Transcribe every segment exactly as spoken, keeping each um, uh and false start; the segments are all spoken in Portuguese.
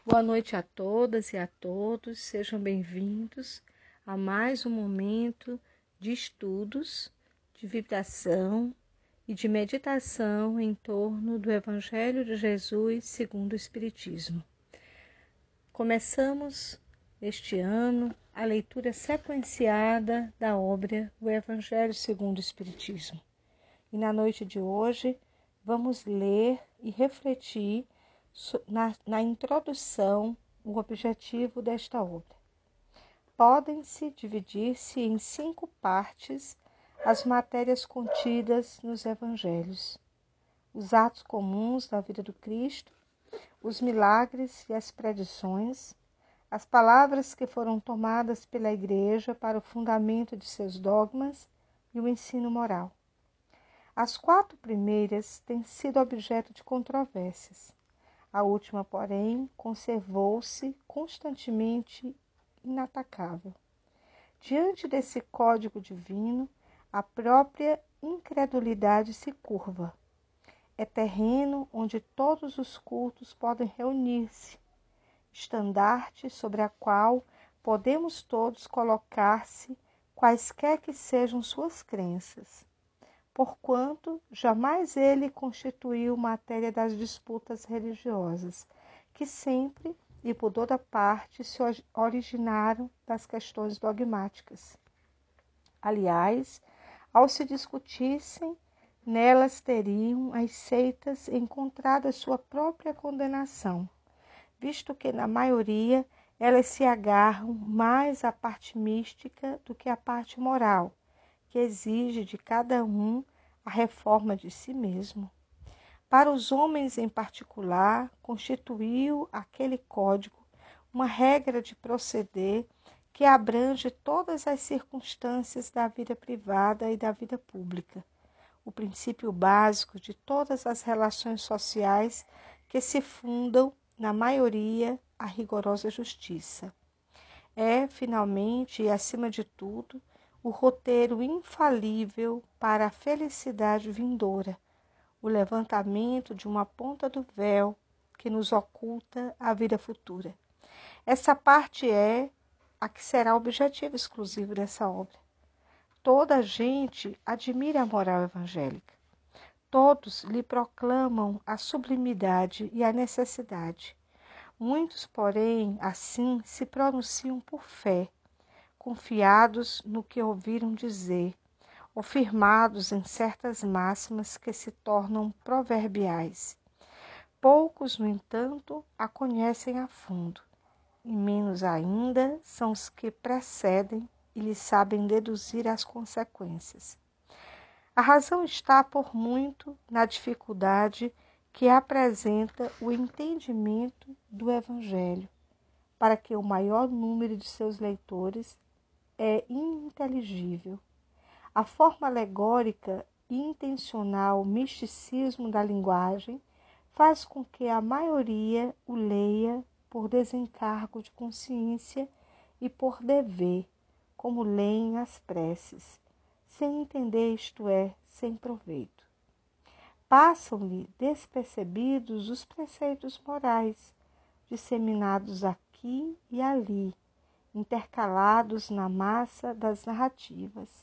Boa noite a todas e a todos, sejam bem-vindos a mais um momento de estudos, de vibração e de meditação em torno do Evangelho de Jesus segundo o Espiritismo. Começamos este ano a leitura sequenciada da obra O Evangelho segundo o Espiritismo. E na noite de hoje vamos ler e refletir Na, na introdução, o objetivo desta obra. Podem-se dividir-se em cinco partes as matérias contidas nos evangelhos: os atos comuns da vida do Cristo, os milagres e as predições, as palavras que foram tomadas pela Igreja para o fundamento de seus dogmas e o ensino moral. As quatro primeiras têm sido objeto de controvérsias. A última, porém, conservou-se constantemente inatacável. Diante desse código divino, a própria incredulidade se curva. É terreno onde todos os cultos podem reunir-se, estandarte sobre a qual podemos todos colocar-se, quaisquer que sejam suas crenças, porquanto jamais ele constituiu matéria das disputas religiosas, que sempre e por toda parte se originaram das questões dogmáticas. Aliás, ao se discutissem, nelas teriam as seitas encontrado a sua própria condenação, visto que, na maioria, elas se agarram mais à parte mística do que à parte moral, que exige de cada um a reforma de si mesmo. Para os homens em particular, constituiu aquele código uma regra de proceder que abrange todas as circunstâncias da vida privada e da vida pública, o princípio básico de todas as relações sociais que se fundam, na maioria, a rigorosa justiça. É, finalmente e acima de tudo, o roteiro infalível para a felicidade vindoura, o levantamento de uma ponta do véu que nos oculta a vida futura. Essa parte é a que será o objetivo exclusivo dessa obra. Toda a gente admira a moral evangélica. Todos lhe proclamam a sublimidade e a necessidade. Muitos, porém, assim se pronunciam por fé, confiados no que ouviram dizer, ou firmados em certas máximas que se tornam proverbiais. Poucos, no entanto, a conhecem a fundo, e menos ainda são os que precedem e lhe sabem deduzir as consequências. A razão está, por muito, na dificuldade que apresenta o entendimento do Evangelho, para que o maior número de seus leitores é ininteligível. A forma alegórica e intencional misticismo da linguagem faz com que a maioria o leia por desencargo de consciência e por dever, como leem as preces, sem entender, isto é, sem proveito. Passam-lhe despercebidos os preceitos morais, disseminados aqui e ali, intercalados na massa das narrativas.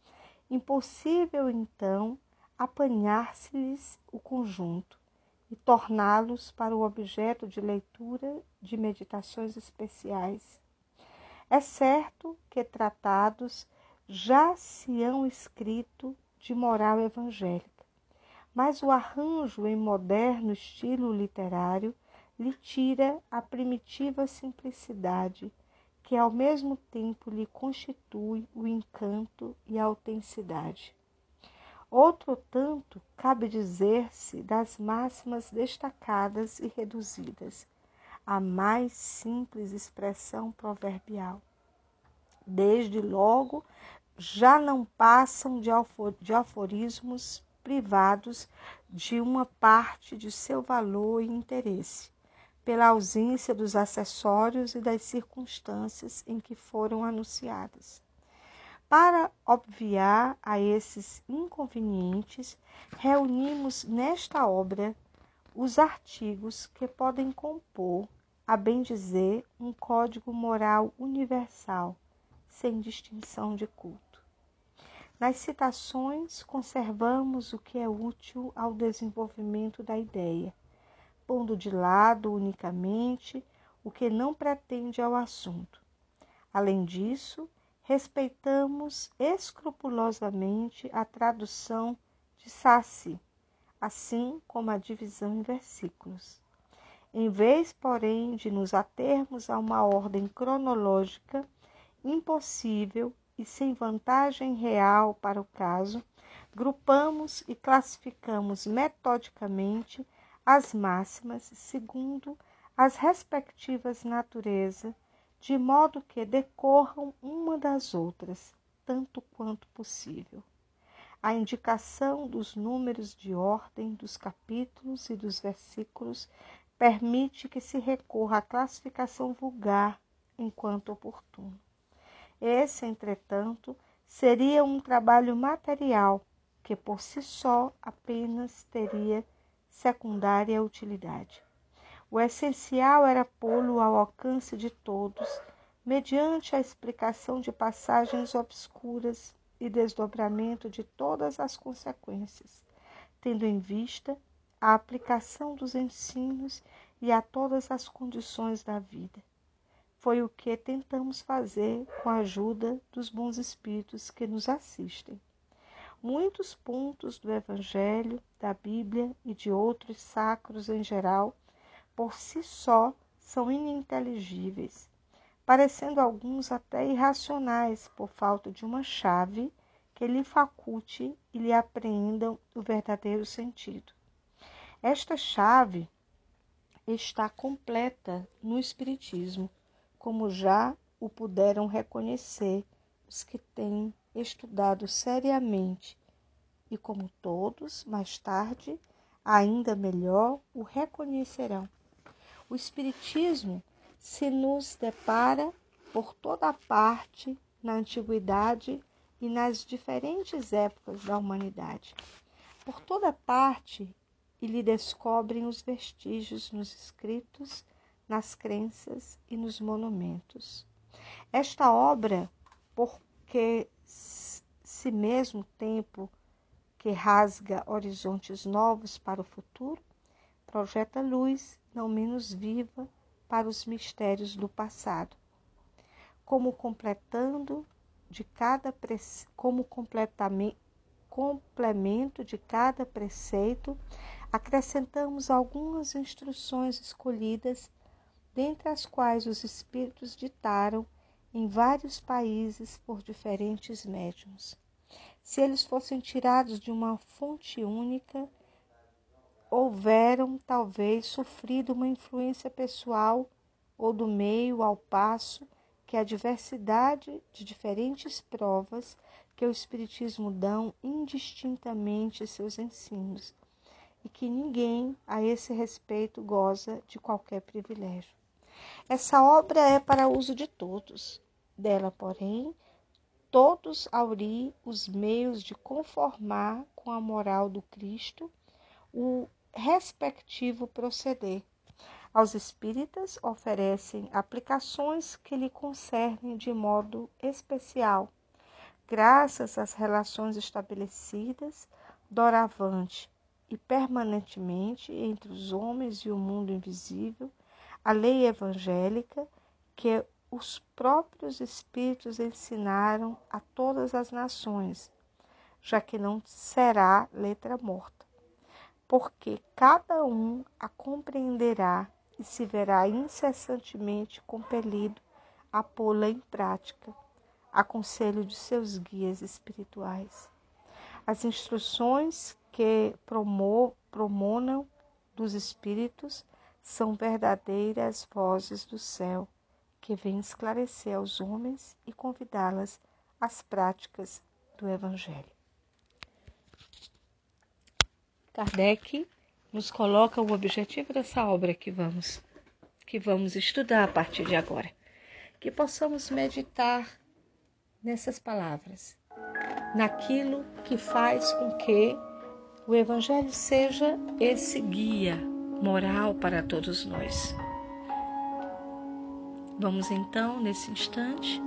Impossível, então, apanhar-se-lhes o conjunto e torná-los para o objeto de leitura de meditações especiais. É certo que tratados já se hão escrito de moral evangélica, mas o arranjo em moderno estilo literário lhe tira a primitiva simplicidade, que ao mesmo tempo lhe constitui o encanto e a autenticidade. Outro tanto cabe dizer-se das máximas destacadas e reduzidas, a mais simples expressão proverbial. Desde logo, já não passam de, afor- de aforismos privados de uma parte de seu valor e interesse, pela ausência dos acessórios e das circunstâncias em que foram anunciadas. Para obviar a esses inconvenientes, reunimos nesta obra os artigos que podem compor a bem dizer, um código moral universal, sem distinção de culto. Nas citações, conservamos o que é útil ao desenvolvimento da ideia, pondo de lado unicamente o que não pretende ao assunto. Além disso, respeitamos escrupulosamente a tradução de Sassi, assim como a divisão em versículos. Em vez, porém, de nos atermos a uma ordem cronológica impossível e sem vantagem real para o caso, grupamos e classificamos metodicamente as máximas segundo as respectivas naturezas, de modo que decorram uma das outras, tanto quanto possível. A indicação dos números de ordem dos capítulos e dos versículos permite que se recorra à classificação vulgar enquanto oportuno. Esse, entretanto, seria um trabalho material que por si só apenas teria secundária utilidade. O essencial era pô-lo ao alcance de todos, mediante a explicação de passagens obscuras e desdobramento de todas as consequências, tendo em vista a aplicação dos ensinos e a todas as condições da vida. Foi o que tentamos fazer com a ajuda dos bons espíritos que nos assistem. Muitos pontos do Evangelho, da Bíblia e de outros sacros em geral, por si só, são ininteligíveis, parecendo alguns até irracionais por falta de uma chave que lhe faculte e lhe apreendam o verdadeiro sentido. Esta chave está completa no Espiritismo, como já o puderam reconhecer os que têm estudado seriamente e como todos, mais tarde, ainda melhor, o reconhecerão. O Espiritismo se nos depara por toda parte na antiguidade e nas diferentes épocas da humanidade. Por toda parte, e lhe descobrem os vestígios nos escritos, nas crenças e nos monumentos. Esta obra, porque se mesmo tempo que rasga horizontes novos para o futuro, projeta luz não menos viva para os mistérios do passado. Como completando de cada como completamente complemento de cada preceito, acrescentamos algumas instruções escolhidas, dentre as quais os espíritos ditaram em vários países por diferentes médiuns. Se eles fossem tirados de uma fonte única, houveram talvez sofrido uma influência pessoal ou do meio, ao passo que a diversidade de diferentes provas que o Espiritismo dão indistintamente seus ensinos, e que ninguém a esse respeito goza de qualquer privilégio. Essa obra é para uso de todos. Dela, porém, todos auriem os meios de conformar com a moral do Cristo o respectivo proceder. Aos espíritas oferecem aplicações que lhe concernem de modo especial, graças às relações estabelecidas doravante e permanentemente entre os homens e o mundo invisível, a lei evangélica que os próprios espíritos ensinaram a todas as nações, já que não será letra morta, porque cada um a compreenderá e se verá incessantemente compelido a pô-la em prática, a conselho de seus guias espirituais. As instruções que promo, promonam dos espíritos são verdadeiras vozes do céu, que vêm esclarecer aos homens e convidá-las às práticas do Evangelho. Kardec nos coloca o objetivo dessa obra que vamos, que vamos estudar a partir de agora. Que possamos meditar nessas palavras, naquilo que faz com que o Evangelho seja esse guia moral para todos nós. Vamos então, nesse instante,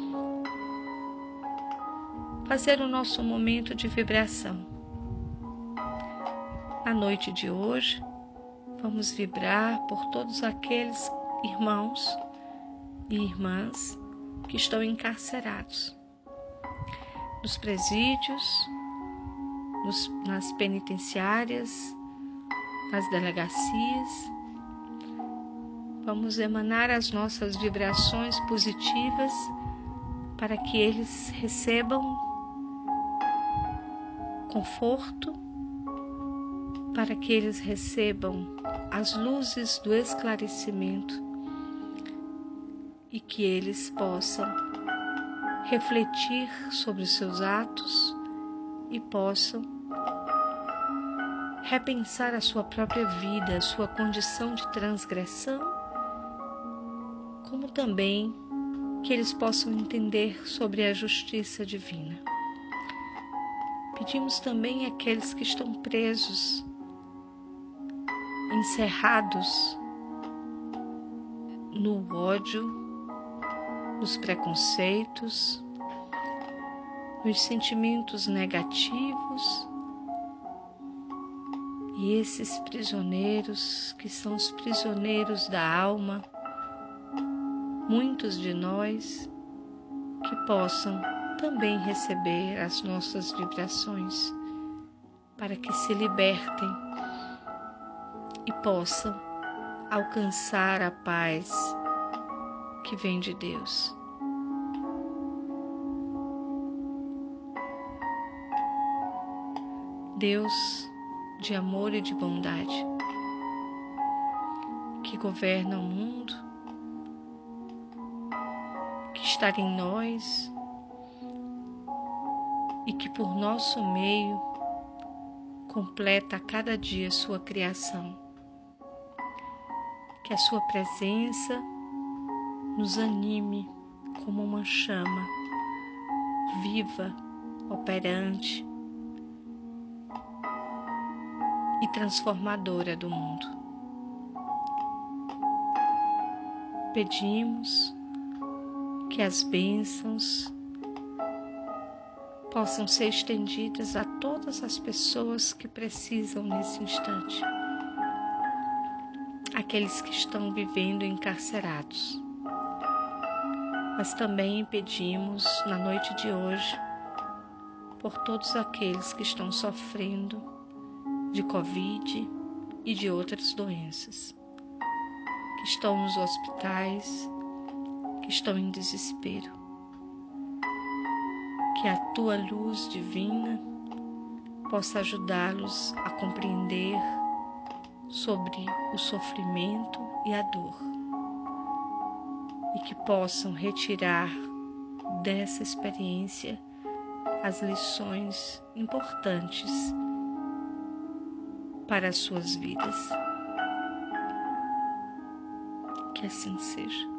fazer o nosso momento de vibração. Na noite de hoje, vamos vibrar por todos aqueles irmãos e irmãs que estão encarcerados nos presídios, nos, nas penitenciárias, nas delegacias. Vamos emanar as nossas vibrações positivas para que eles recebam conforto, para que eles recebam as luzes do esclarecimento e que eles possam refletir sobre os seus atos e possam repensar a sua própria vida, a sua condição de transgressão, como também que eles possam entender sobre a justiça divina. Pedimos também àqueles que estão presos, encerrados no ódio, nos preconceitos, nos sentimentos negativos, e esses prisioneiros que são os prisioneiros da alma, muitos de nós, que possam também receber as nossas vibrações, para que se libertem e possam alcançar a paz que vem de Deus. Deus de amor e de bondade, que governa o mundo, que está em nós e que por nosso meio completa a cada dia sua criação. Que a sua presença nos anime como uma chama viva, operante e transformadora do mundo. Pedimos que as bênçãos possam ser estendidas a todas as pessoas que precisam nesse instante. Aqueles que estão vivendo encarcerados. Mas também pedimos na noite de hoje por todos aqueles que estão sofrendo de Covid e de outras doenças, que estão nos hospitais, que estão em desespero. Que a tua luz divina possa ajudá-los a compreender sobre o sofrimento e a dor, e que possam retirar dessa experiência as lições importantes para as suas vidas. Que assim seja.